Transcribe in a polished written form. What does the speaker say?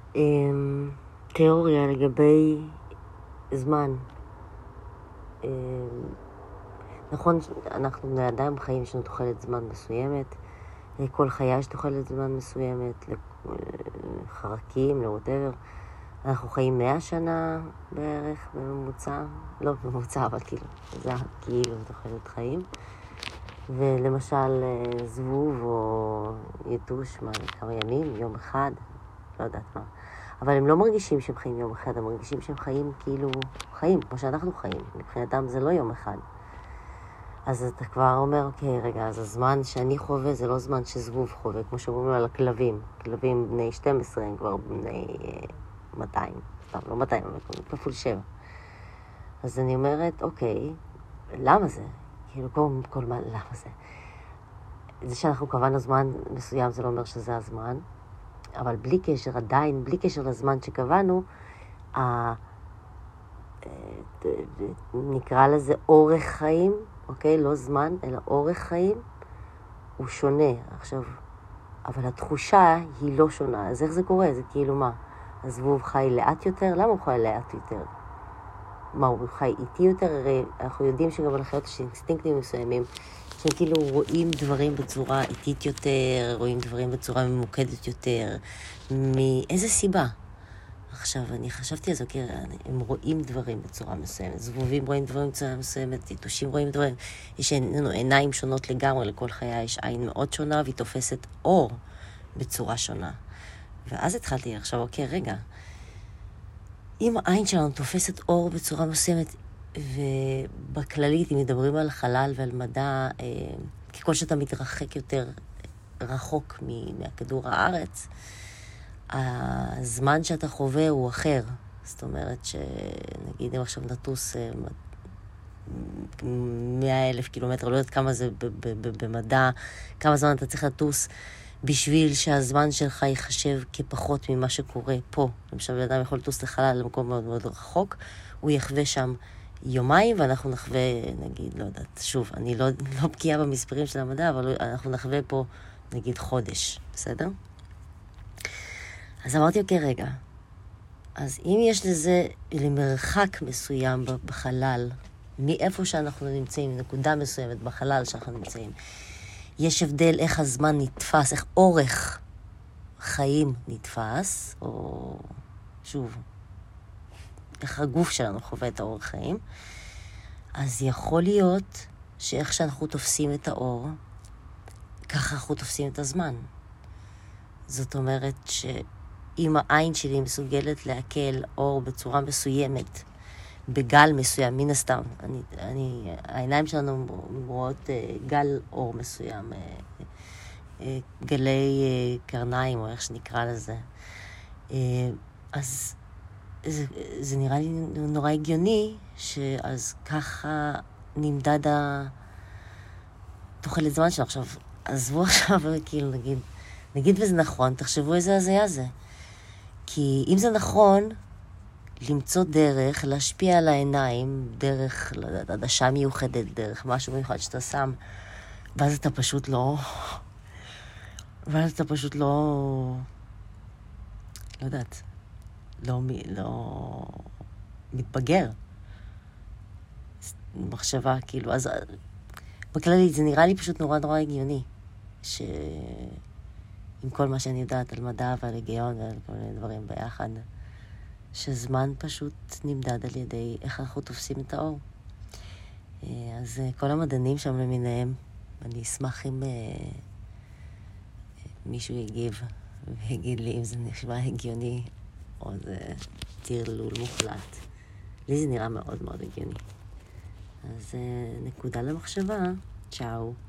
תיאוריה לגבי זמן. נכון, אנחנו בני אדם חיים יש לנו תוחלת זמן מסוימת, כל חיה יש תוחלת זמן מסוימת, לחרקים, ל-whatever. אנחנו חיים 100 שנה בערך בממוצע, לא בממוצע, אבל זה כאילו תוחלת חיים. ולמשל זבוב או יתוש, כמה ימים, יום אחד, לא יודעת מה. אבל הם לא מרגישים שהם חיים יום אחד, הם מרגישים שהם חיים כאילו חיים, כמו שאנחנו חיים. מבחינתם זה לא יום אחד. אז אתה כבר אומר, אוקיי, רגע, אז הזמן שאני חווה זה לא זמן שזבוב חווה, כמו שאומרים על הכלבים. כלבים בני 12 הם כבר בני 200. סתם, לא 200, אבל כפול 7. אז אני אומרת, אוקיי, למה זה? כאילו, כל מה, למה זה? זה שאנחנו קבענו זמן מסוים, זה לא אומר שזה הזמן. אבל בלי קשר, עדיין, בלי קשר לזמן שקבענו, נקרא לזה אורך חיים, אוקיי? לא זמן, אלא אורך חיים, הוא שונה. עכשיו, אבל התחושה היא לא שונה. אז איך זה קורה? זה כאילו מה? הזבוב חי לאט יותר? למה הוא חי לאט יותר? מה, הוא חי איטי יותר? הרי אנחנו יודעים שגם על החיות יש אינסטינקטים מסוימים, שהם כאילו רואים דברים בצורה איטית יותר, רואים דברים בצורה ממוקדת יותר. מאיזה סיבה? עכשיו, אני חשבתי על זה, כי הם רואים דברים בצורה מסוימת. זבובים רואים דברים בצורה מסוימת, יתושים רואים דברים. יש לנו עיניים שונות לגמרי, לכל חיה יש עין מאוד שונה, והיא תופסת אור בצורה שונה. ואז התחלתי לחשוב, אוקיי, רגע, אם העין שלנו תופסת אור בצורה מסוימת, ובכללית, אם מדברים על חלל ועל מדע, ככל שאתה מתרחק יותר רחוק מהכדור הארץ, הזמן שאתה חווה הוא אחר. זאת אומרת שנגיד אם עכשיו נטוס 100,000 קילומטר, לא יודעת כמה זה במדע, כמה זמן אתה צריך לטוס בשביל שהזמן שלך ייחשב כפחות ממה שקורה פה. למשל, אדם יכול לטוס לחלל למקום מאוד מאוד רחוק, הוא יחווה שם יומיים, ואנחנו נחווה, נגיד, לא יודעת, שוב, אני לא בקיאה במספרים של המדע, אבל אנחנו נחווה פה, נגיד, חודש, בסדר? אז אמרתי, אוקיי, רגע, אז אם יש לזה למרחק מסוים בחלל, מאיפה שאנחנו נמצאים, נקודה מסוימת בחלל שאנחנו נמצאים, יש הבדל איך הזמן נתפס, איך אורך חיים נתפס, או שוב, איך הגוף שלנו חווה את האורך חיים, אז יכול להיות שאיך שאנחנו תופסים את האור, ככה אנחנו תופסים את הזמן. זאת אומרת שאם העין שלי מסוגלת להקל אור בצורה מסוימת, בגל מסוים, מן הסתם, העיניים שלנו רואות גל אור מסוים, גלי קרניים, או איך שנקרא לזה. אז זה נראה לי נורא הגיוני, שאז ככה נמדד תוחלת זמן שלנו. עכשיו, עזבו עכשיו, כאילו נגיד וזה נכון, תחשבו איזה הזיה זה. כי אם זה נכון, למצוא דרך, להשפיע על העיניים, דרך עדשה מיוחדת, דרך משהו מיוחד שאתה שם, ואז אתה פשוט לא יודעת, לא מתבגר. מחשבה, כאילו, אז בכללי זה נראה לי פשוט נורא נורא הגיוני, שעם כל מה שאני יודעת על מדע ועל היגיון ועל כל מיני דברים ביחד, שזמן פשוט נמדד על ידי איך אנחנו תופסים את האור. אז כל המדענים שם למיניהם, אני אשמח אם מישהו יגיב ויגיד לי אם זה נשמע הגיוני או זה טרלול מוחלט. לי זה נראה מאוד מאוד הגיוני. אז נקודה למחשבה. צ'או.